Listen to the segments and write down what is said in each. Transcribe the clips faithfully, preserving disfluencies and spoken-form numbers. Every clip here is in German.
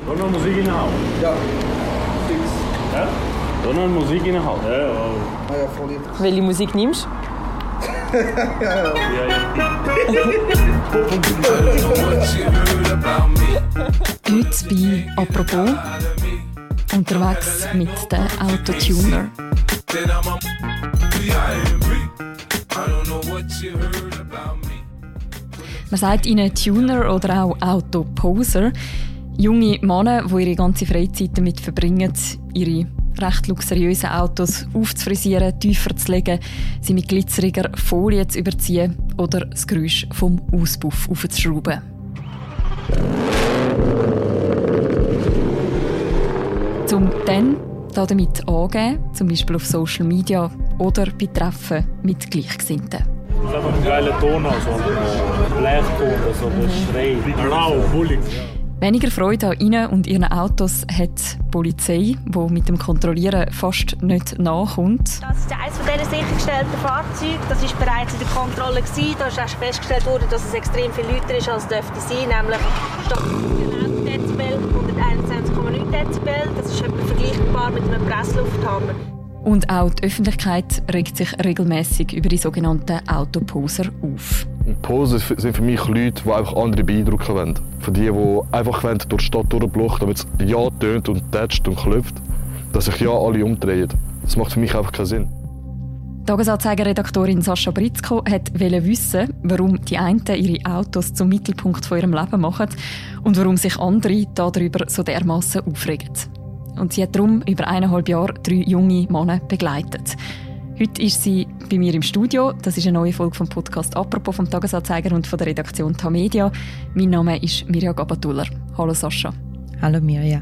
Da noch Musik reinhauen? Ja, fix. Ja? Da noch Musik reinhauen? Ja, ja. Ah ja, voll interessant. Welche Musik nimmst ja, ja. Ja, ja. Heute bei «Apropos» unterwegs mit den Autotuner. Man sagt ihnen Tuner oder auch Autoposer. Junge Männer, die ihre ganze Freizeit damit verbringen, ihre recht luxuriösen Autos aufzufrisieren, tiefer zu legen, sie mit glitzeriger Folie zu überziehen oder das Geräusch vom Auspuff aufzuschrauben. Um dann damit angehen, zum Beispiel auf Social Media oder bei Treffen mit Gleichgesinnten. Das ist einfach ein geiler Ton, also ein Blechton, also ein Schrei. Rau, bullig. Weniger Freude an ihnen und ihren Autos hat die Polizei, die mit dem Kontrollieren fast nicht nachkommt. Das ist eines dieser sichergestellten Fahrzeuge. Das war bereits in der Kontrolle. Da ist erst festgestellt worden, dass es extrem viel lauter ist, als dürfte sein. Nämlich statt Dezibel hunderteinundzwanzig Komma neun Dezibel. Das ist etwa vergleichbar mit einem Presslufthammer. Und auch die Öffentlichkeit regt sich regelmäßig über die sogenannten Autoposer auf. Poser sind für mich Leute, die einfach andere beeindrucken wollen. Für die, die einfach durch die Stadt durchblocken, damit es ja tönt und tätscht und klopft, dass sich ja alle umdrehen. Das macht für mich einfach keinen Sinn. Tagesanzeiger-Redaktorin Sascha Britzko wollte wissen, warum die einen ihre Autos zum Mittelpunkt von ihrem Leben machen und warum sich andere darüber so dermassen aufregen. Und sie hat darum über eineinhalb Jahre drei junge Männer begleitet. Heute ist sie bei mir im Studio. Das ist eine neue Folge vom Podcast «Apropos» vom Tagesanzeiger und von der Redaktion Tamedia. Mein Name ist Mirja Gabatuller. Hallo Sascha. Hallo Mirja.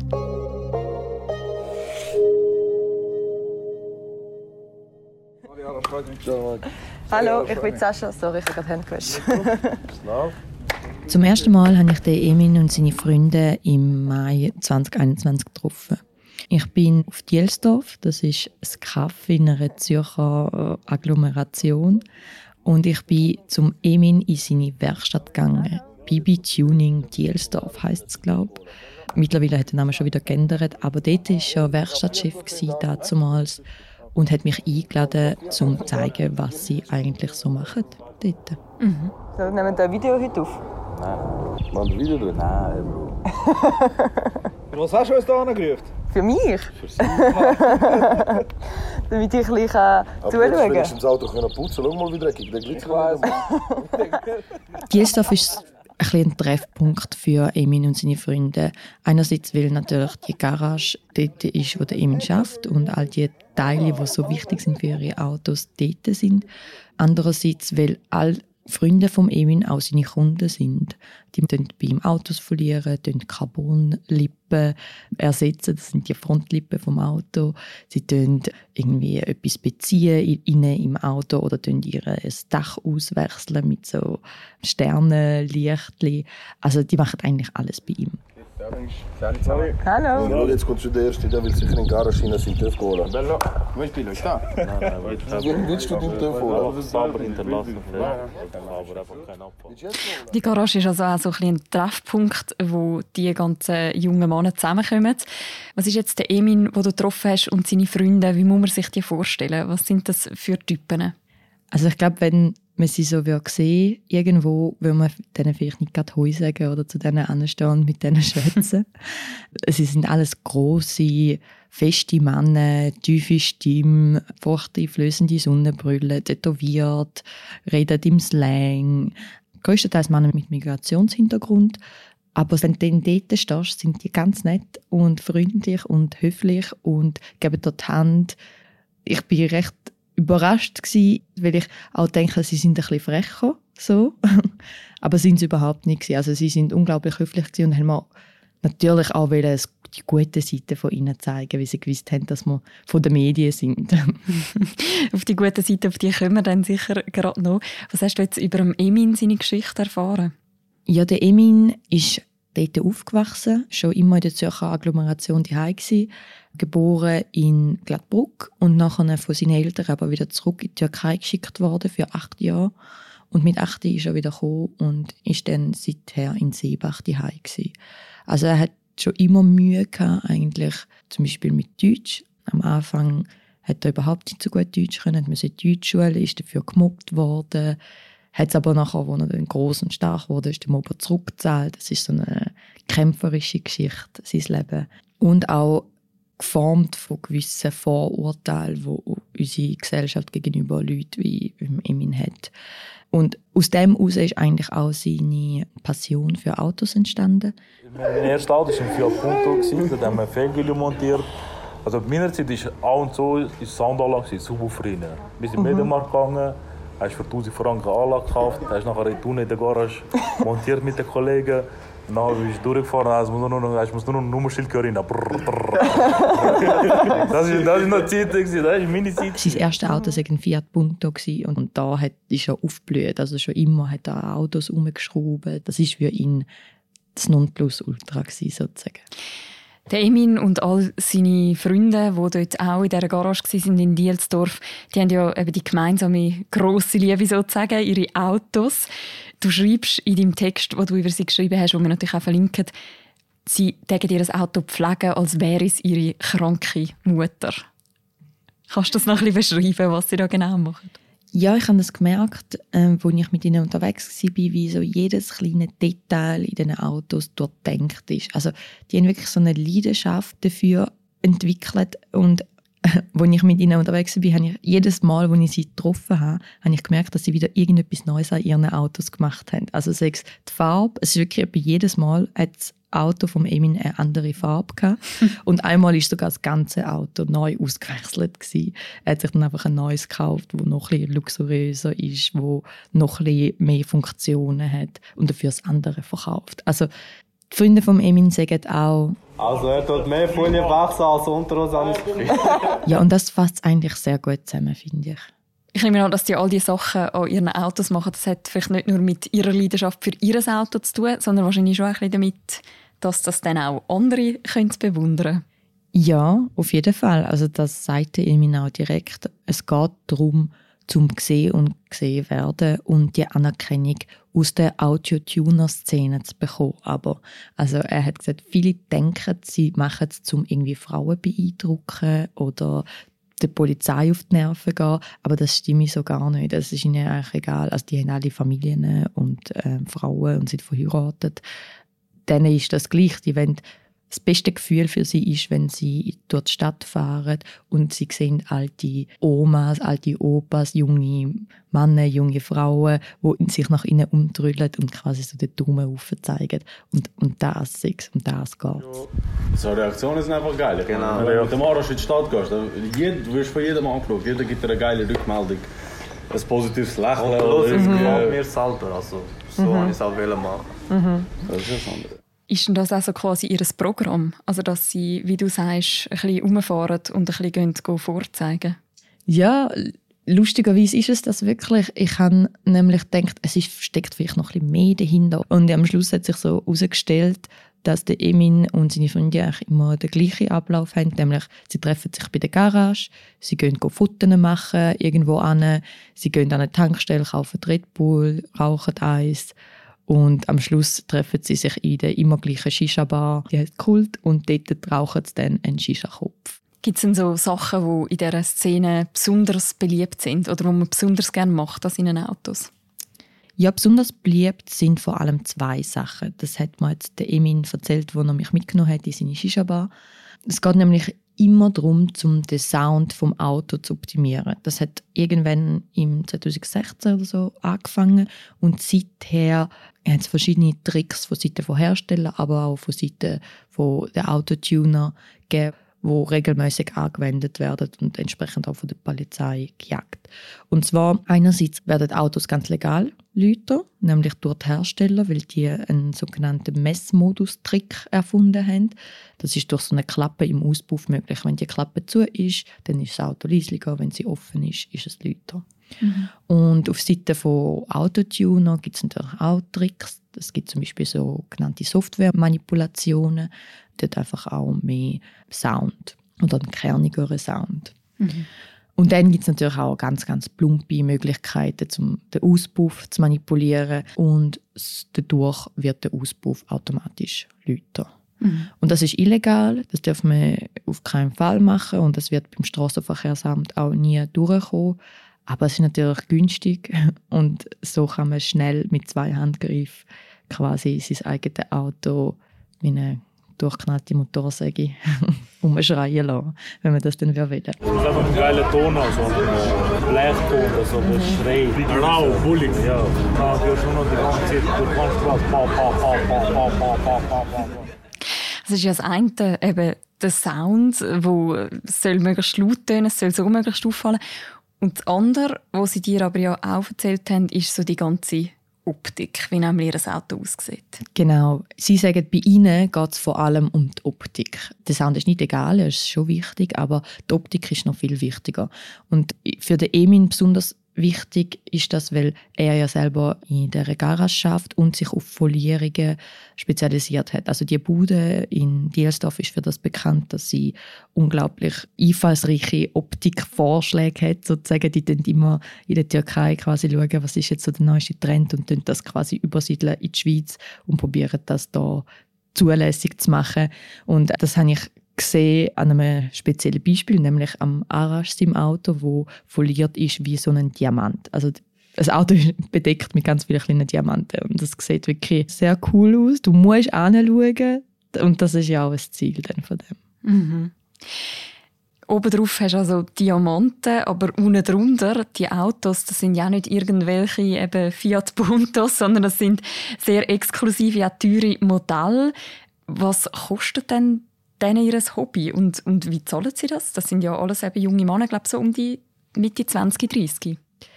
Hallo, ich bin Sascha. Sorry, ich habe gerade Hände gewaschen. Zum ersten Mal habe ich den Emin und seine Freunde im Mai zwanzig einundzwanzig getroffen. Ich bin auf Dielsdorf, das ist ein Café in einer Zürcher Agglomeration. Und ich bin zum Emin in seine Werkstatt gegangen. Bibi Tuning Dielsdorf heisst es, glaube ich. Mittlerweile hat der Name schon wieder geändert, aber dort war er Werkstattchef damals und hat mich eingeladen, um zu zeigen, was sie eigentlich so machen dort. Mhm. So, nehmen wir ein Video heute auf? Nein. Machen wir ein Video drin? Nein, Bro. Was hast du uns hier angerufen? Für mich? Für sie. Damit ich ein bisschen zuschauen kann. Aber jetzt das Auto putzen. Schau mal, wie dreckig der Glitzer ist. Dielsdorf ist ein bisschen ein Treffpunkt für Emin und seine Freunde. Einerseits, weil natürlich die Garage dort ist, wo der Emin schafft und all die Teile, die so wichtig sind für ihre Autos, dort sind. Andererseits, weil all Freunde von Emin auch seine Kunden sind. Die verlieren bei ihm Autos, verlieren, Carbonlippen ersetzen, das sind die Frontlippen vom Auto. Sie beziehen irgendwie etwas beziehen innen im Auto oder ihr Dach auswechseln mit so Sternenlichtchen. Also die machen eigentlich alles bei ihm. Hallo. Hallo. Jetzt kommt schon der Erste, der will sicher in die Garage rein, seinen TÜV holen. Bello, willst du da? Nein, nein, willst du den TÜV holen? Sauber hinterlassen, aber einfach kein Abfall. Die Garage ist also auch so ein, ein Treffpunkt, wo die ganzen jungen Männer zusammenkommen. Was ist jetzt der Emin, den du getroffen hast, und seine Freunde? Wie muss man sich die vorstellen? Was sind das für Typen? Also ich glaube, wenn man sie so sehen irgendwo, will man denen vielleicht nicht gerade Heu sagen oder zu denen anstehen und mit denen schwätzen. Sie sind alles grosse, feste Männer, tiefe Stimme, furchteinflößende Sonnenbrille, tätowiert, reden im Slang. Größtenteils Männer mit Migrationshintergrund. Aber wenn du dann dort stehst, sind die ganz nett und freundlich und höflich und geben dir die Hand. Ich bin recht überrascht gsi, weil ich auch denke, sie sind ein bisschen frecher, so. Aber sind sie überhaupt nicht gsi. Also sie sind unglaublich höflich gsi und haben mir natürlich auch wollen, die gute Seite von ihnen zeigen, weil sie gewusst haben, dass wir von den Medien sind. Auf die gute Seite, auf die kommen wir dann sicher gerade noch. Was hast du jetzt über Emin seine Geschichte erfahren? Ja, der Emin ist dort aufgewachsen, schon immer in der Zürcher Agglomeration daheim gsi, geboren in Gladbruck und nachher von seinen Eltern aber wieder zurück in die Türkei geschickt worden für acht Jahre. Und mit acht ist er wieder gekommen und ist dann seither in Seebach daheim gsi. Also er hat schon immer Mühe gehabt, eigentlich zum Beispiel mit Deutsch. Am Anfang hat er überhaupt nicht so gut Deutsch können, musste in die Deutschschule, ist dafür gemobbt worden. Hat es aber nachher, als er dann gross und stark wurde, ist der Mobber zurückgezahlt. Das ist so eine kämpferische Geschichte, sein Leben. Und auch geformt von gewissen Vorurteilen, die unsere Gesellschaft gegenüber Leuten wie Emin hat. Und aus dem heraus ist eigentlich auch seine Passion für Autos entstanden. Mein erstes Auto war ein Fiat Punto, da haben wir Felgen montiert. Also in meiner Zeit war auch und so ist Soundanlage, Subwoofer. Wir sind in den Mediamarkt gegangen, hast für tausend Franken eine Anlage gekauft, hast nachher in der Garage montiert mit den Kollegen. Und dann bist du durchgefahren, hast du nur noch ein Nummerschild hören. Das war das ist noch die Zeit, das ist meine Zeit. Sein erstes Auto war ein Fiat Punto und da hat ist er aufgeblüht. Also schon immer hat er Autos herumgeschraubt. Das war für ihn das Nonplusultra sozusagen. Der Emin und all seine Freunde, die dort auch in dieser Garage waren in Dielsdorf, die haben ja eben die gemeinsame grosse Liebe sozusagen, ihre Autos. Du schreibst in deinem Text, den du über sie geschrieben hast, den wir natürlich auch verlinken, sie tägen ihr Auto pflegen, als wäre es ihre kranke Mutter. Kannst du das noch ein bisschen beschreiben, was sie da genau machen? Ja, ich habe das gemerkt, äh, als ich mit ihnen unterwegs war, wie so jedes kleine Detail in diesen Autos durchdenkt ist. Also die haben wirklich so eine Leidenschaft dafür entwickelt und äh, als ich mit ihnen unterwegs war, habe ich jedes Mal, als ich sie getroffen habe, habe ich gemerkt, dass sie wieder irgendetwas Neues an ihren Autos gemacht haben. Also sei es die Farbe, es ist wirklich jedes Mal hat das Auto vom Emin eine andere Farbe gehabt. Und einmal war sogar das ganze Auto neu ausgewechselt gewesen. Er hat sich dann einfach ein neues gekauft, das noch ein bisschen luxuriöser ist, das noch ein bisschen mehr Funktionen hat und dafür das andere verkauft. Also die Freunde vom Emin sagen auch, also er tut mehr Folie wachsen als unter uns, habe ich das Gefühl. Ja, und das fasst eigentlich sehr gut zusammen, finde ich. Ich nehme an, dass die all diese Sachen an ihren Autos machen. Das hat vielleicht nicht nur mit ihrer Leidenschaft für ihr Auto zu tun, sondern wahrscheinlich schon ein bisschen damit, dass das dann auch andere bewundern können. Ja, auf jeden Fall. Also das sagt Emin auch direkt. Es geht darum, zum gesehen und gesehen werden und die Anerkennung aus der Audio-Tuner-Szene zu bekommen. Aber also er hat gesagt, viele denken, sie machen es, um irgendwie Frauen beeindrucken oder der Polizei auf die Nerven gehen, aber das stimmt so gar nicht. Das ist ihnen eigentlich egal. Also die haben alle Familien und äh, Frauen und sind verheiratet. Denen ist das gleich. Die wollen, das beste Gefühl für sie ist, wenn sie durch die Stadt fahren und sie sehen alte Omas, alte Opas, junge Männer, junge Frauen, die sich nach ihnen umdrüllen und quasi so den Daumen aufzeigen. Und, und das ist und das geht. So Reaktionen sind einfach geil. Genau. Wenn du mit dem Arash in die Stadt gehst, du wirst von jedem angeschaut. Jeder gibt dir eine geile Rückmeldung. Ein positives Lächeln. Los, es oder gefällt mir selber. Also, so wollte ich es auch machen. Mhm. Das ist das andere. Ist denn das also quasi ihr Programm? Also dass sie, wie du sagst, ein bisschen rumfahren und ein bisschen gehen, vorzeigen? Ja, lustigerweise ist es das wirklich. Ich habe nämlich gedacht, es ist, steckt vielleicht noch ein bisschen mehr dahinter. Und am Schluss hat sich so herausgestellt, dass der Emin und seine Freunde eigentlich immer den gleichen Ablauf haben. Nämlich, sie treffen sich bei der Garage, sie gehen Fotos machen, irgendwo hin, sie gehen an eine Tankstelle, kaufen Red Bull, rauchen Eis. Und am Schluss treffen sie sich in der immer gleichen Shisha-Bar, die heißt Kult, und dort rauchen sie dann einen Shisha-Kopf. Gibt es denn so Sachen, die in dieser Szene besonders beliebt sind oder die man besonders gerne macht als in den Autos? Ja, besonders beliebt sind vor allem zwei Sachen. Das hat mir jetzt der Emin erzählt, als er mich mitgenommen hat in seine Shisha-Bar. Es geht nämlich immer darum, um den Sound vom Auto zu optimieren. Das hat irgendwann im zwanzig sechzehn oder so angefangen und seither hat es verschiedene Tricks von Seiten von Herstellern, aber auch von Seiten der Autotuner gegeben, die regelmäßig angewendet werden und entsprechend auch von der Polizei gejagt. Und zwar einerseits werden Autos ganz legal läuten, nämlich durch die Hersteller, weil die einen sogenannten Messmodus-Trick erfunden haben. Das ist durch so eine Klappe im Auspuff möglich. Wenn die Klappe zu ist, dann ist das Auto leislicher. Wenn sie offen ist, ist es lauter. Mhm. Und auf Seite von Autotuner gibt es natürlich auch Tricks. Es gibt zum Beispiel sogenannte Software-Manipulationen. Dort einfach auch mehr Sound oder einen kernigeren Sound. Mhm. Und dann gibt es natürlich auch ganz, ganz plumpe Möglichkeiten, um den Auspuff zu manipulieren. Und dadurch wird der Auspuff automatisch lauter. Mhm. Und das ist illegal, das darf man auf keinen Fall machen und das wird beim Strassenverkehrsamt auch nie durchkommen. Aber es ist natürlich günstig und so kann man schnell mit zwei Handgriffen quasi sein eigenes Auto wie eine durchknallte Motorsäge umschreien lassen, wenn man das dann will. Es muss einfach einen geilen Ton haben, so einen Blechton, also der schreit. Rau, bullig. Ja, da hörst du nur noch die ganze Zeit durch die ganze Straße. Pa, pa, pa, pa, pa, pa, pa, pa, pa. Es ist ja das eine, eben der Sound, der soll möglichst laut tönen, es soll so möglichst auffallen. Und das andere, was sie dir aber ja auch erzählt haben, ist so die ganze Optik, wie nämlich ihr Auto aussieht. Genau. Sie sagen, bei ihnen geht es vor allem um die Optik. Der Sound ist nicht egal, er ist schon wichtig, aber die Optik ist noch viel wichtiger. Und für den Emin besonders wichtig ist das, weil er ja selber in der Garage schafft und sich auf Folierungen spezialisiert hat. Also die Bude in Dielsdorf ist für das bekannt, dass sie unglaublich einfallsreiche Optikvorschläge hat. Sozusagen, die dann immer in der Türkei quasi schauen, was ist jetzt so der neueste Trend und dann das quasi übersiedeln in die Schweiz und probieren das da zulässig zu machen. Und das habe ich gesehen an einem speziellen Beispiel, nämlich am Arash im Auto, wo foliert ist wie so ein Diamant. Also das Auto ist bedeckt mit ganz vielen kleinen Diamanten und das sieht wirklich sehr cool aus. Du musst hinschauen und das ist ja auch ein Ziel dann von dem. Mhm. Obendrauf hast du also Diamanten, aber unten drunter, die Autos, das sind ja nicht irgendwelche eben Fiat Puntos, sondern das sind sehr exklusive, auch teure Modelle. Was kostet denn denen ihr Hobby und, und wie zahlen sie das? Das sind ja alles eben junge Männer, glaube ich, so um die Mitte zwanzig, dreißig.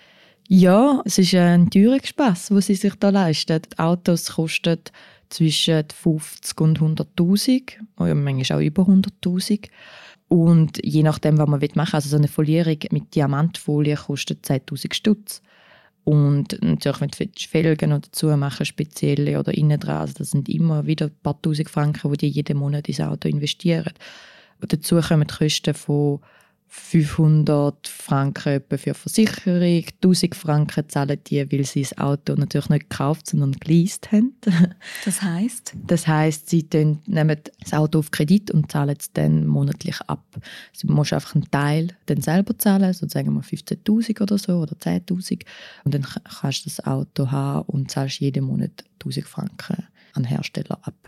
Ja, es ist ein teurer Spass, den sie sich da leisten. Die Autos kosten zwischen fünfzig und hunderttausend, oder manchmal auch über hunderttausend. Und je nachdem, was man machen will, also so eine Folierung mit Diamantfolie kostet zehntausend Stutz. Und natürlich, wenn du Felgen noch dazu machen, spezielle oder innen dran, also das sind immer wieder ein paar Tausend Franken, die die jeden Monat ins Auto investieren. Und dazu kommen die Kosten von fünfhundert Franken etwa für Versicherung, tausend Franken zahlen die, weil sie das Auto natürlich nicht gekauft, sondern geleast haben. Das heisst? Das heisst, sie nehmen das Auto auf Kredit und zahlen es dann monatlich ab. Also, du musst einfach einen Teil dann selber zahlen, so sagen wir fünfzehntausend oder so oder zehntausend. Und dann kannst du das Auto haben und zahlst jeden Monat tausend Franken an den Hersteller ab.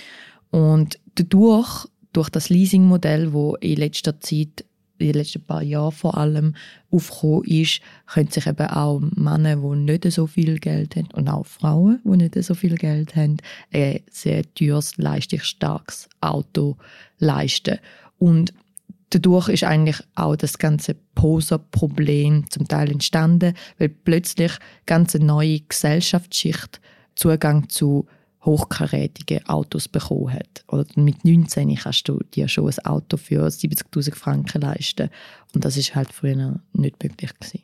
Und dadurch, durch das Leasingmodell, das in letzter Zeit in den letzten paar Jahren vor allem aufgekommen ist, können sich eben auch Männer, die nicht so viel Geld haben, und auch Frauen, die nicht so viel Geld haben, ein sehr teures, leistungsstarkes Auto leisten. Und dadurch ist eigentlich auch das ganze Poser-Problem zum Teil entstanden, weil plötzlich ganz eine neue Gesellschaftsschicht Zugang zu hochkarätige Autos bekommen hat. Oder mit neunzehn kannst du dir schon ein Auto für siebzigtausend Franken leisten. Und das war halt früher nicht möglich gewesen.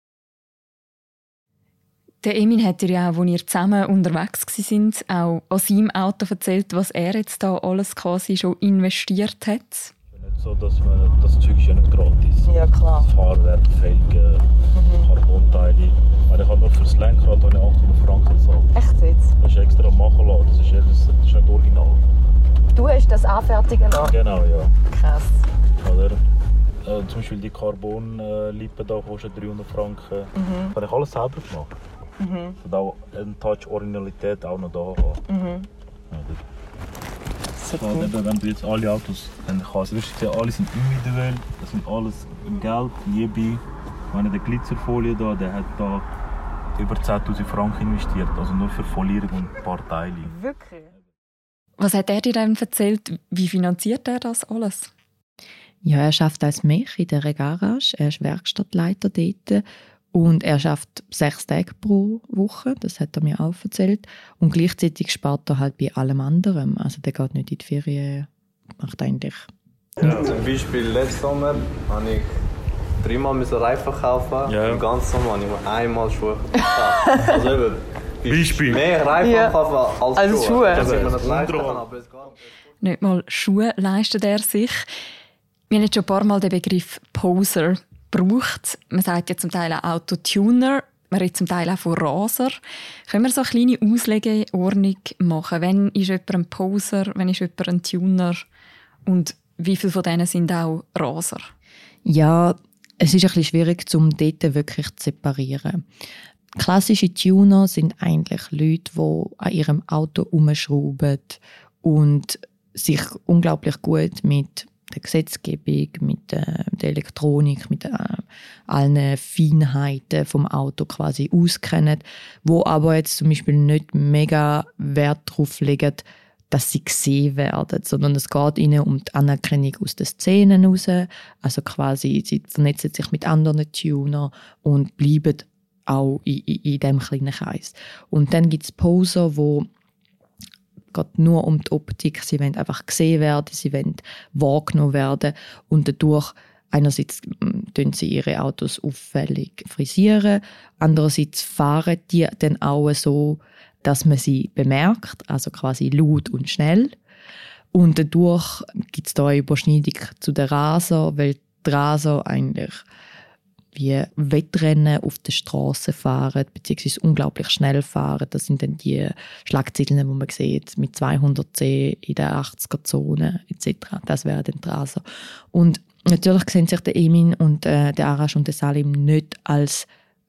Der Emin hat dir ja auch, als ihr zusammen unterwegs waren, auch an seinem Auto erzählt, was er jetzt da alles quasi schon investiert hat. Es ist nicht so, dass man, das Zeug ist ja nicht gratis. Ja, klar. Das Fahrwerk, Felgen, mhm. Carbonteile. Ich habe nur für das Lenkrad achthundert Franken gezahlt. Echt jetzt? Das ist extra machen lassen. Das ist, das ist nicht original. Du hast das anfertigen lassen? Genau, ja. Krass. Oder, äh, zum Beispiel die Carbon-Lippen da kosten dreihundert Franken. Mhm. Das habe ich alles selber gemacht. Mhm. Und auch einen Touch Originalität auch noch da haben. Mhm. Ja, cool. Ja, wenn du jetzt alle Autos kannst, wirst du sehen, alle sind individuell. Das sind alles Geld, Liebe. Meine der Glitzerfolie da, der hat da über zehntausend Franken investiert, also nur für Folierung und ein paar Teile. Wirklich? Was hat er dir dann erzählt? Wie finanziert er das alles? Ja, er arbeitet als Mech in der Garage. Er ist Werkstattleiter dort. Und er arbeitet sechs Tage pro Woche, das hat er mir auch erzählt. Und gleichzeitig spart er halt bei allem anderen. Also der geht nicht in die Ferien, macht eigentlich ja, zum Beispiel letzten Sommer habe ich dreimal müssen Reifen kaufen. Ja. Im ganzen Sommer habe ich nur einmal Schuhe gekauft. Also eben, Beispiel. Mehr Reifen ja. kaufen als, als Schuhe. Schuhe. Das ist mir nicht leisten kann, aber es geht. Nicht mal Schuhe leistet er sich. Wir haben jetzt schon ein paar Mal den Begriff Poser gebraucht. Man sagt ja zum Teil auch Autotuner. man redet zum Teil auch von Raser. Können wir so eine kleine Auslegeordnung machen? Wann ist jemand ein Poser, wann ist jemand ein Tuner und wie viele von denen sind auch Raser? Ja, es ist ein bisschen schwierig, um dort wirklich zu separieren. Klassische Tuner sind eigentlich Leute, die an ihrem Auto herumschrauben und sich unglaublich gut mit der Gesetzgebung, mit äh, der Elektronik, mit äh, allen Feinheiten vom Auto quasi auskennen, wo aber jetzt zum Beispiel nicht mega Wert darauf legen, dass sie gesehen werden, sondern es geht ihnen um die Anerkennung aus den Szenen raus. Also quasi, sie vernetzen sich mit anderen Tuner und bleiben auch in, in, in diesem kleinen Kreis. Und dann gibt es Poser, die geht nur um die Optik. Sie wollen einfach gesehen werden, sie wollen wahrgenommen werden und dadurch einerseits tun sie ihre Autos auffällig frisieren, andererseits fahren die dann auch so, dass man sie bemerkt, also quasi laut und schnell. Und dadurch gibt es da eine Überschneidung zu den Raser, weil die Raser eigentlich wie Wettrennen auf der Straße fahren, beziehungsweise unglaublich schnell fahren. Das sind dann die Schlagzeilen, die man sieht, mit zweihundert Kilometer in der achtziger-Zone et cetera. Das wären dann die Raser. Und natürlich sehen sich der Emin und äh, der Arash und der Salim nicht als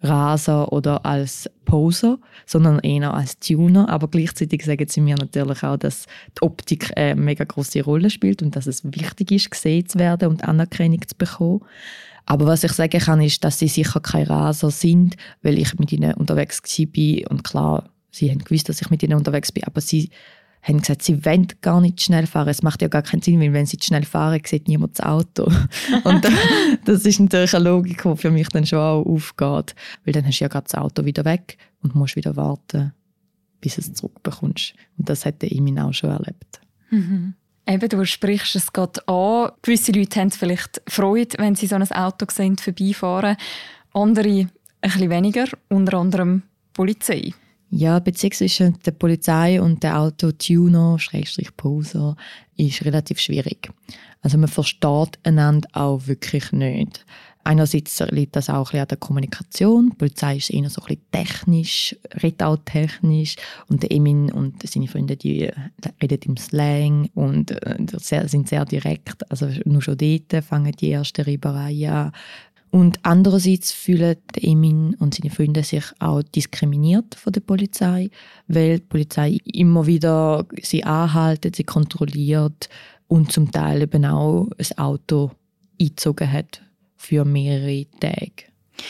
Raser oder als Poser, sondern eher als Tuner. Aber gleichzeitig sagen sie mir natürlich auch, dass die Optik eine mega grosse Rolle spielt und dass es wichtig ist, gesehen zu werden und Anerkennung zu bekommen. Aber was ich sagen kann, ist, dass sie sicher keine Raser sind, weil ich mit ihnen unterwegs war. Und klar, sie haben gewusst, dass ich mit ihnen unterwegs bin, aber sie haben gesagt, sie wollen gar nicht schnell fahren. Es macht ja gar keinen Sinn, weil wenn sie schnell fahren, sieht niemand das Auto. Und das ist natürlich eine Logik, die für mich dann schon auch aufgeht. Weil dann hast du ja gerade das Auto wieder weg und musst wieder warten, bis du es zurückbekommst. Und das hat der Emin auch schon erlebt. Mhm. Eben, du sprichst es gerade an. Gewisse Leute haben vielleicht Freude, wenn sie so ein Auto sehen, vorbeifahren. Andere ein bisschen weniger, unter anderem die Polizei. Ja, die Beziehung zwischen der Polizei und der Autotuner, Schrägstrich Poser, ist relativ schwierig. Also man versteht einander auch wirklich nicht. Einerseits liegt das auch ein bisschen an der Kommunikation. Die Polizei ist eher so ein bisschen technisch, redet auch technisch. Und der Emin und seine Freunde, die reden im Slang und sind sehr direkt. Also nur schon dort fangen die ersten Reibereien an. Und andererseits fühlen der Emin und seine Freunde sich auch diskriminiert von der Polizei, weil die Polizei immer wieder sie anhaltet, sie kontrolliert und zum Teil eben auch ein Auto eingezogen hat für mehrere Tage.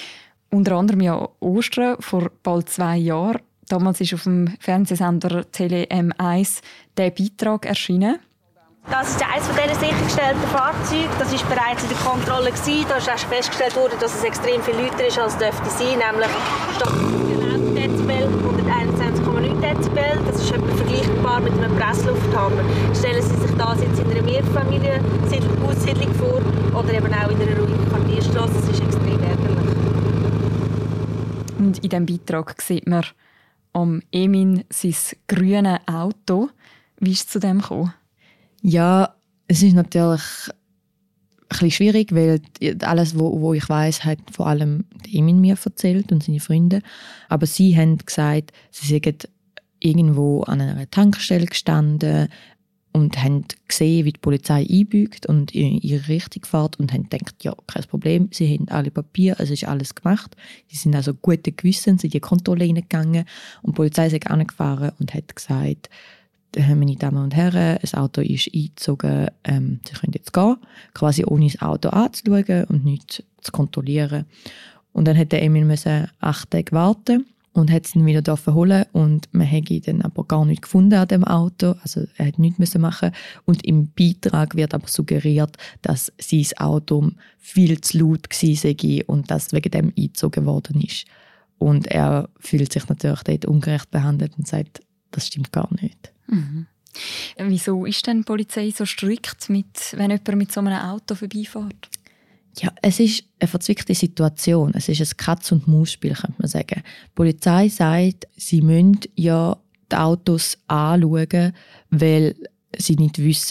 Unter anderem ja Ostern, vor bald zwei Jahren. Damals ist auf dem Fernsehsender Tele M eins der Beitrag erschienen. Das ist eines von diesen sichergestellten Fahrzeugen. Das war bereits in der Kontrolle. Da ist erst festgestellt worden, dass es extrem viel lauter ist, als es dürfte sein. Nämlich Dezibel, hunderteinundzwanzig Komma neun Dezibel. Das ist etwa vergleichbar mit einem Presslufthammer. Stellen Sie sich das jetzt in einer Mehrfamilien-Aussiedlung vor oder eben auch in einer ruhigen Quartierstraße. Das ist extrem ärgerlich. Und in diesem Beitrag sieht man am Emin sein grünes Auto. Wie ist es zu dem gekommen? Ja, es ist natürlich ein bisschen schwierig, weil alles, wo, wo ich weiss, hat vor allem Emin mir erzählt und seine Freunde. Aber sie haben gesagt, sie sind irgendwo an einer Tankstelle gestanden und haben gesehen, wie die Polizei einbiegt und in ihre Richtung fährt und haben gedacht, ja, kein Problem, sie haben alle Papiere, es ist alles gemacht. Sie sind also guten Gewissens in die Kontrolle hineingegangen und die Polizei ist angefahren und hat gesagt, meine Damen und Herren, ein Auto ist eingezogen, ähm, Sie können jetzt gehen, quasi ohne das Auto anzuschauen und nichts zu kontrollieren. Und dann musste Emil acht Tage warten und hat es dann wieder holen und man hätte ihn dann aber gar nichts gefunden an dem Auto, also er hat nichts machen. Und im Beitrag wird aber suggeriert, dass sein Auto viel zu laut war und dass wegen dem eingezogen worden ist. Und er fühlt sich natürlich dort ungerecht behandelt und sagt, das stimmt gar nicht. Mhm. Wieso ist denn die Polizei so strikt, mit, wenn jemand mit so einem Auto vorbeifährt? Ja, es ist eine verzwickte Situation. Es ist ein Katz- und Maus-Spiel, könnte man sagen. Die Polizei sagt, sie müssen ja die Autos anschauen, weil sie nicht wissen, ob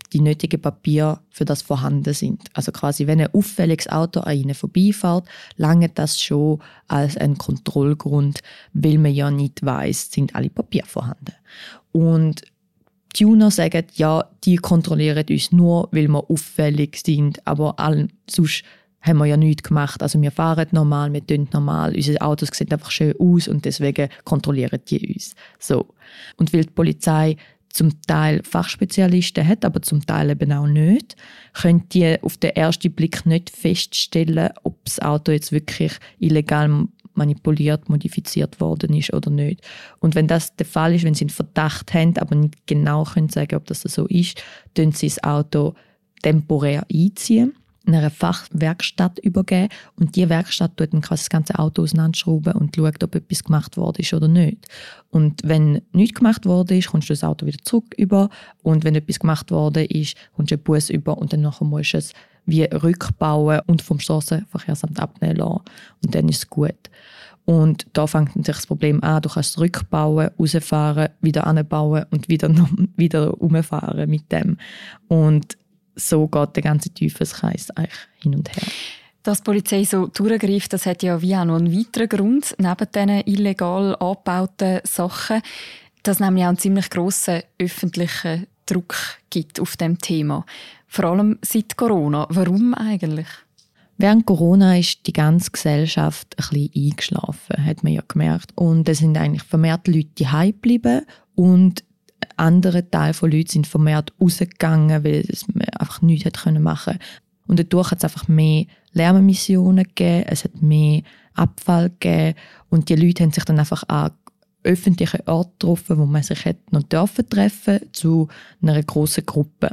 die nötigen Papiere für das vorhanden sind. Also quasi, wenn ein auffälliges Auto an ihnen vorbeifährt, lange das schon als ein Kontrollgrund, weil man ja nicht weiss, sind alle Papiere vorhanden. Und die Tuner sagen, ja, die kontrollieren uns nur, weil wir auffällig sind, aber allen, sonst haben wir ja nichts gemacht. Also wir fahren normal, wir tun normal, unsere Autos sehen einfach schön aus und deswegen kontrollieren die uns. So. Und weil die Polizei zum Teil Fachspezialisten hat, aber zum Teil eben auch nicht, können die auf den ersten Blick nicht feststellen, ob das Auto jetzt wirklich illegal manipuliert, modifiziert worden ist oder nicht. Und wenn das der Fall ist, wenn sie einen Verdacht haben, aber nicht genau können sagen, ob das so ist, dann sie das Auto temporär einziehen, in einer Fachwerkstatt übergeben und die Werkstatt tut dann quasi das ganze Auto auseinanderschrauben und schaut, ob etwas gemacht worden ist oder nicht. Und wenn nichts gemacht worden ist, kommst du das Auto wieder zurück über und wenn etwas gemacht worden ist, kommst du einen Bus über und dann nachher musst du es wie rückbauen und vom Strassenverkehrsamt abnehmen lassen. Und dann ist es gut. Und da fängt sich das Problem an, du kannst es rückbauen, rausfahren, wieder anbauen und wieder, wieder rumfahren mit dem. Und so geht der ganze Teufelskreis eigentlich hin und her. Dass die Polizei so durchgreift, das hat ja wie auch noch einen weiteren Grund, neben diesen illegal angebauten Sachen, dass es nämlich auch einen ziemlich grossen öffentlichen Druck gibt auf diesem Thema. Vor allem seit Corona. Warum eigentlich? Während Corona ist die ganze Gesellschaft ein bisschen eingeschlafen, hat man ja gemerkt. Und es sind eigentlich vermehrt Leute daheim geblieben und andere Teile von Leuten sind vermehrt rausgegangen, weil man einfach nichts machen konnte. Und dadurch hat es einfach mehr Lärmemissionen gegeben, es hat mehr Abfall gegeben und die Leute haben sich dann einfach an öffentlichen Orten getroffen, wo man sich hätte noch dürfen treffen, zu einer grossen Gruppe.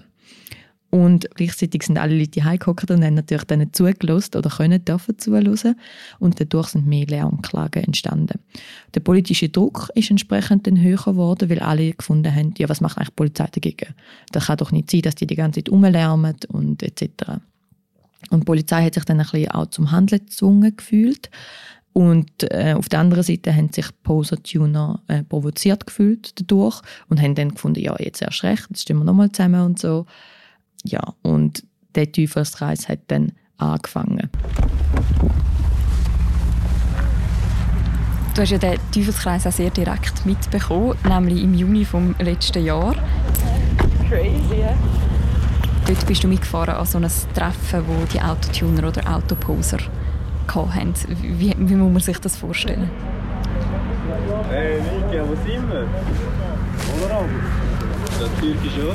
Und gleichzeitig sind alle Leute heimgehockt und haben natürlich dann nicht zugelassen oder können dürfen zuhören. Und dadurch sind mehr Lärmklagen entstanden. Der politische Druck ist entsprechend dann höher geworden, weil alle gefunden haben, ja, was macht eigentlich die Polizei dagegen? Das kann doch nicht sein, dass die die ganze Zeit rumlärmen und et cetera. Und die Polizei hat sich dann ein bisschen auch zum Handeln gezwungen gefühlt. Und äh, auf der anderen Seite haben sich Poser-Tuner äh, provoziert gefühlt dadurch und haben dann gefunden, ja, jetzt erst recht, jetzt stehen wir nochmal zusammen und so. Ja, und der Teufelskreis hat dann angefangen. Du hast ja den Teufelskreis auch sehr direkt mitbekommen, nämlich im Juni vom letzten Jahr. Crazy, ja? Dort bist du mitgefahren an so ein Treffen, wo die Autotuner oder Autoposer hatten. Wie, wie muss man sich das vorstellen? Hey, Niki, wo sind wir? Oder aber? Das türkische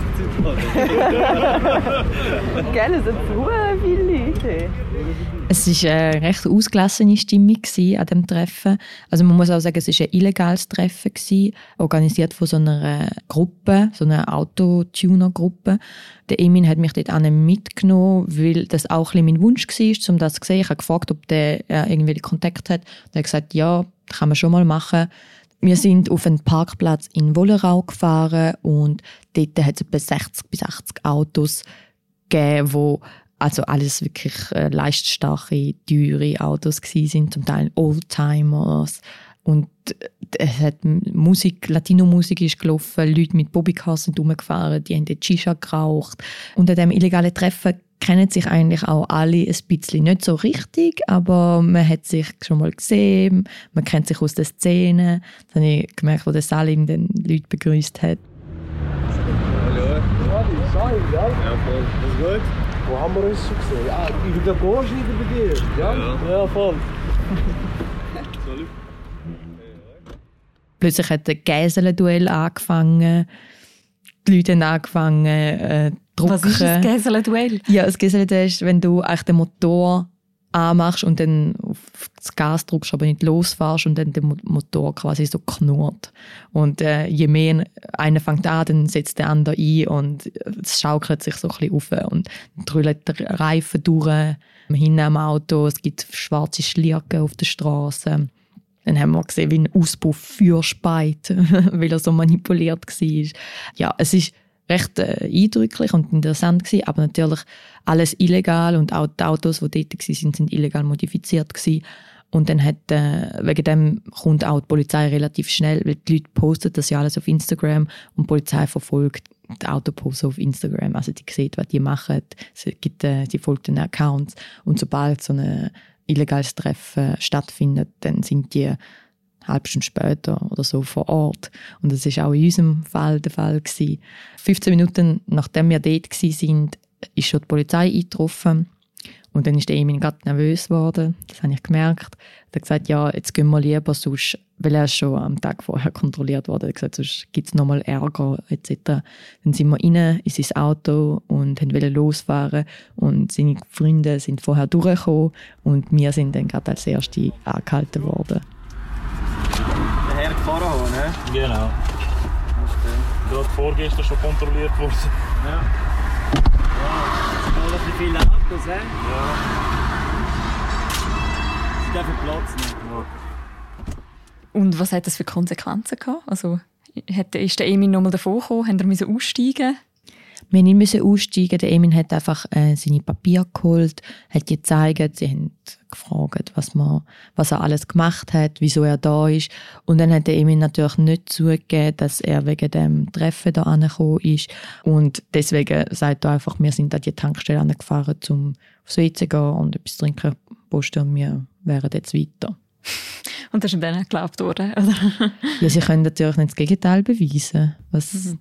Hochzeit. Gell, es sind so viele Leute. Es war eine recht ausgelassene Stimmung an diesem Treffen. Also man muss auch sagen, es war ein illegales Treffen, organisiert von so einer Gruppe, so einer Autotuner-Gruppe. Der Emin hat mich dort auch mitgenommen, weil das auch ein bisschen mein Wunsch war, um das zu sehen. Ich habe gefragt, ob der irgendwelche Kontakte hat. Er hat gesagt, ja, das kann man schon mal machen. Wir sind auf einen Parkplatz in Wollerau gefahren und dort hat es etwa sechzig bis achtzig Autos gegeben, wo also alles wirklich äh, leiststarke, teure Autos waren, zum Teil Oldtimers. Und es hat Musik, Latino-Musik ist gelaufen, Leute mit Bobbycars sind rumgefahren, die haben dort Shisha geraucht. Und an diesem illegalen Treffen kennen sich eigentlich auch alle ein bisschen. Nicht so richtig, aber man hat sich schon mal gesehen, man kennt sich aus der Szene. Dann habe ich gemerkt, wo der Salim den Leute begrüßt hat. Hallo. Ja, Salim, ja? Ja, voll. Das ist gut. Wo haben wir uns schon gesehen? Ja, über den Porsche wieder bei dir. Ja? Ja, ja voll. Plötzlich hat ein Gäselduell angefangen. Die Leute haben angefangen äh, drucken. Was ist das Gäselduell? Ja, das Gäselduell ist, wenn du eigentlich den Motor anmachst und dann auf das Gas drückst, aber nicht losfährst und dann der Motor quasi so knurrt. Und äh, je mehr einer fängt an, dann setzt der andere ein und es schaukelt sich so ein bisschen auf und drüllt der Reifen durch, hinten am Auto, es gibt schwarze Schlierken auf der Straße. Dann haben wir gesehen, wie ein Auspuff Feuer speit, weil er so manipuliert war. Ja, es ist recht äh, eindrücklich und interessant gewesen, aber natürlich alles illegal und auch die Autos, die dort waren, sind illegal modifiziert gewesen. Und dann hat, äh, wegen dem kommt auch die Polizei relativ schnell, weil die Leute posten das ja alles auf Instagram und die Polizei verfolgt die Autoposer auf Instagram. Also die sieht, was die machen. Sie, gibt, äh, sie folgt den Accounts. Und sobald so ein illegales Treffen stattfindet, dann sind die eine halbe Stunde später oder so vor Ort. Und das war auch in unserem Fall der Fall gewesen. fünfzehn Minuten nachdem wir dort waren, ist schon die Polizei eingetroffen. Und dann ist der Emin gerade nervös geworden. Das habe ich gemerkt. Er hat gesagt, ja, jetzt gehen wir lieber, sonst, weil er schon am Tag vorher kontrolliert wurde. Er hat gesagt, sonst gibt es nochmal Ärger et cetera. Dann sind wir rein in sein Auto und wollten losfahren. Und seine Freunde sind vorher durchgekommen und wir sind dann gerade als Erste angehalten worden. Der Herr Karaho, ne? Genau. Gerade vorgestern schon kontrolliert worden. Ja. Ja, das viele Autos, hä? Ja. Sie dürfen Platz nehmen. Und was hat das für Konsequenzen gehabt? Also, hat, ist der Emin nochmal davor gekommen? Haben wir aussteigen? Wir mussten nicht aussteigen. Der Emin hat einfach äh, seine Papiere geholt, hat die gezeigt. Sie haben gefragt, was, man, was er alles gemacht hat, wieso er da ist. Und dann hat der Emin natürlich nicht zugegeben, dass er wegen dem Treffen da angekommen ist. Und deswegen sagt er einfach, wir sind an die Tankstelle angefahren, um aufs W C zu gehen und etwas zu trinken, posten und wir wären jetzt weiter. Und das ist ihm dann auch geglaubt worden, oder? Ja, sie können natürlich nicht das Gegenteil beweisen. Was, Mhm.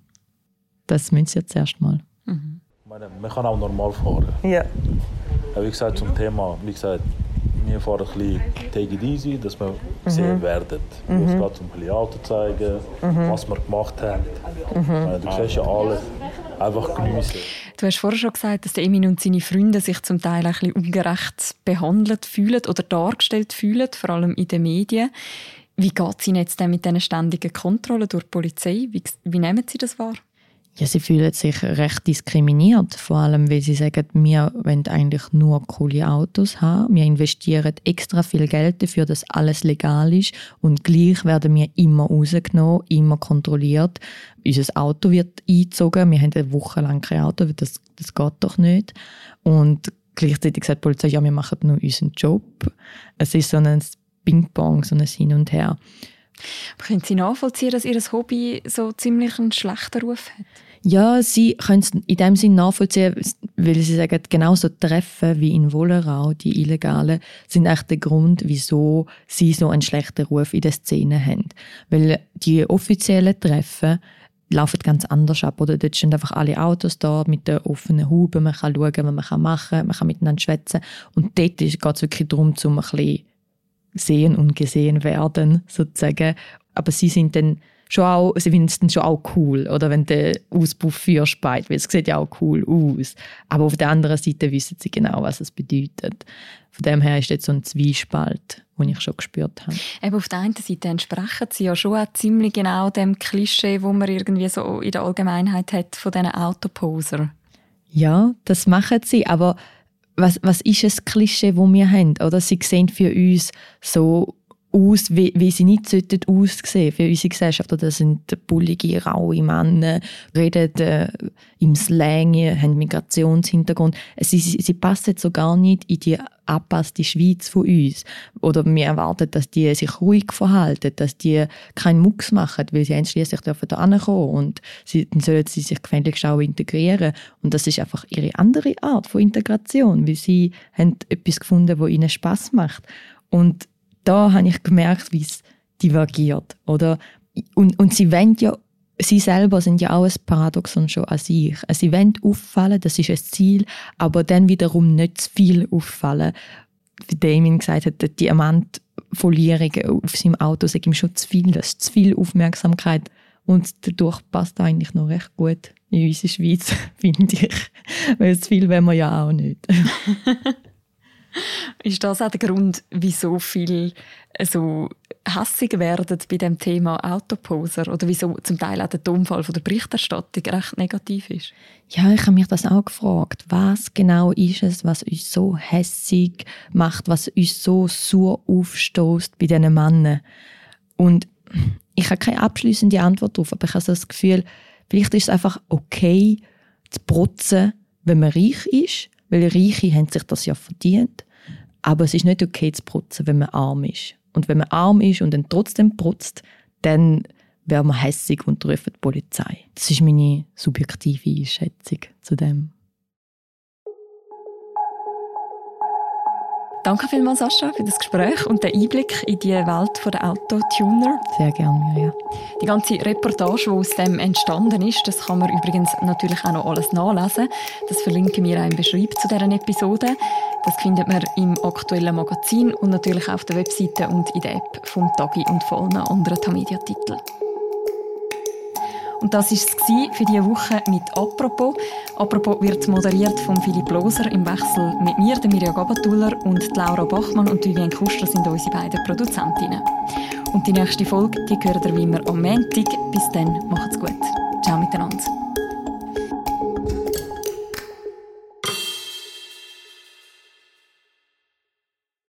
Das müssen sie ja zuerst mal. Mhm. Ich meine, man kann auch normal fahren. Ja. Wie gesagt, zum Thema, wie gesagt, wir fahren ein bisschen take it easy, dass wir gesehen werden. Mhm. Es geht um ein bisschen Auto zeigen, mhm. was wir gemacht haben. Mhm. Du siehst ja alles. Einfach geniessen. Du hast vorher schon gesagt, dass der Emin und seine Freunde sich zum Teil ein bisschen ungerecht behandelt fühlen oder dargestellt fühlen, vor allem in den Medien. Wie geht es Ihnen jetzt denn mit diesen ständigen Kontrollen durch die Polizei? Wie, wie nehmen Sie das wahr? Ja, sie fühlen sich recht diskriminiert, vor allem weil sie sagen, wir wollen eigentlich nur coole Autos haben. Wir investieren extra viel Geld dafür, dass alles legal ist und gleich werden wir immer rausgenommen, immer kontrolliert. Unser Auto wird eingezogen, wir haben eine Woche lang kein Auto, das, das geht doch nicht. Und gleichzeitig sagt die Polizei, ja, wir machen nur unseren Job. Es ist so ein Ping-Pong, so ein Hin und Her. Aber können Sie nachvollziehen, dass Ihr Hobby so ziemlich einen schlechten Ruf hat? Ja, sie können es in dem Sinne nachvollziehen, weil sie sagen, genauso Treffen wie in Wollerau, die Illegalen, sind echt der Grund, wieso sie so einen schlechten Ruf in der Szene haben. Weil die offiziellen Treffen laufen ganz anders ab. Oder? Dort stehen einfach alle Autos da mit den offenen Huben, man kann schauen, was man machen kann, man kann miteinander schwätzen. Und dort geht es wirklich darum, um ein bisschen sehen und gesehen werden, sozusagen. Aber sie sind dann schon auch, sie finden es dann schon auch cool, oder wenn der Auspuff Feuer speit, weil es sieht ja auch cool aus. Aber auf der anderen Seite wissen sie genau, was es bedeutet. Von dem her ist jetzt so ein Zwiespalt, den ich schon gespürt habe. Eben auf der einen Seite entsprechen sie ja schon auch ziemlich genau dem Klischee, das man irgendwie so in der Allgemeinheit hat von diesen Autoposer. Ja, das machen sie, aber Was, was ist das Klischee, das wir haben? Oder? Sie sehen für uns so aus, wie, wie sie nicht aussehen sollten für unsere Gesellschaft. Oder das sind bullige, raue Männer, reden äh, im Slang, haben Migrationshintergrund. Sie, sie, sie passen so gar nicht in die angepasste Schweiz von uns. Oder wir erwarten, dass die sich ruhig verhalten, dass die keinen Mucks machen, weil sie schliesslich dürfen da hinkommen und sie, dann sollen sie sich gefälligst auch integrieren. Und das ist einfach ihre andere Art von Integration, weil sie haben etwas gefunden, das ihnen Spass macht. Und da habe ich gemerkt, wie es divergiert. Oder? Und, und sie wollen ja, sie selber sind ja auch ein Paradoxon schon an sich. Sie wollen auffallen, das ist ein Ziel, aber dann wiederum nicht zu viel auffallen. Wie Damien gesagt hat, die Diamantfolierung auf seinem Auto sagt ihm schon zu viel, das ist zu viel Aufmerksamkeit. Und dadurch passt eigentlich noch recht gut in unsere Schweiz, finde ich. Weil zu viel wollen wir ja auch nicht. Ist das auch der Grund, wieso viele so hässig werden bei dem Thema Autoposer? Oder wieso zum Teil auch der Tonfall von der Berichterstattung recht negativ ist? Ja, ich habe mich das auch gefragt. Was genau ist es, was uns so hässig macht, was uns so sauer aufstößt bei diesen Männern? Und ich habe keine abschließende Antwort darauf, aber ich habe so das Gefühl, vielleicht ist es einfach okay, zu protzen, wenn man reich ist, weil Reiche haben sich das ja verdient. Aber es ist nicht okay zu protzen, wenn man arm ist. Und wenn man arm ist und dann trotzdem protzt, dann wäre man hässig und ruft die Polizei. Das ist meine subjektive Einschätzung zu dem. Danke vielmals, Sascha, für das Gespräch und den Einblick in die Welt der Autotuner. Sehr gerne, Mirja. Die ganze Reportage, die aus dem entstanden ist, das kann man übrigens natürlich auch noch alles nachlesen. Das verlinken wir auch im Beschreib zu dieser Episode. Das findet man im aktuellen Magazin und natürlich auch auf der Webseite und in der App vom Tagi und von allen anderen Tamedia-Titeln. Und das war es für diese Woche mit «Apropos». «Apropos» wird moderiert von Philipp Loser im Wechsel mit mir, der Mirja Gabatuller, und Laura Bachmann und Vivienne Kuster sind unsere beiden Produzentinnen. Und die nächste Folge, die hören ihr wie immer am Montag. Bis dann, macht's gut. Ciao miteinander.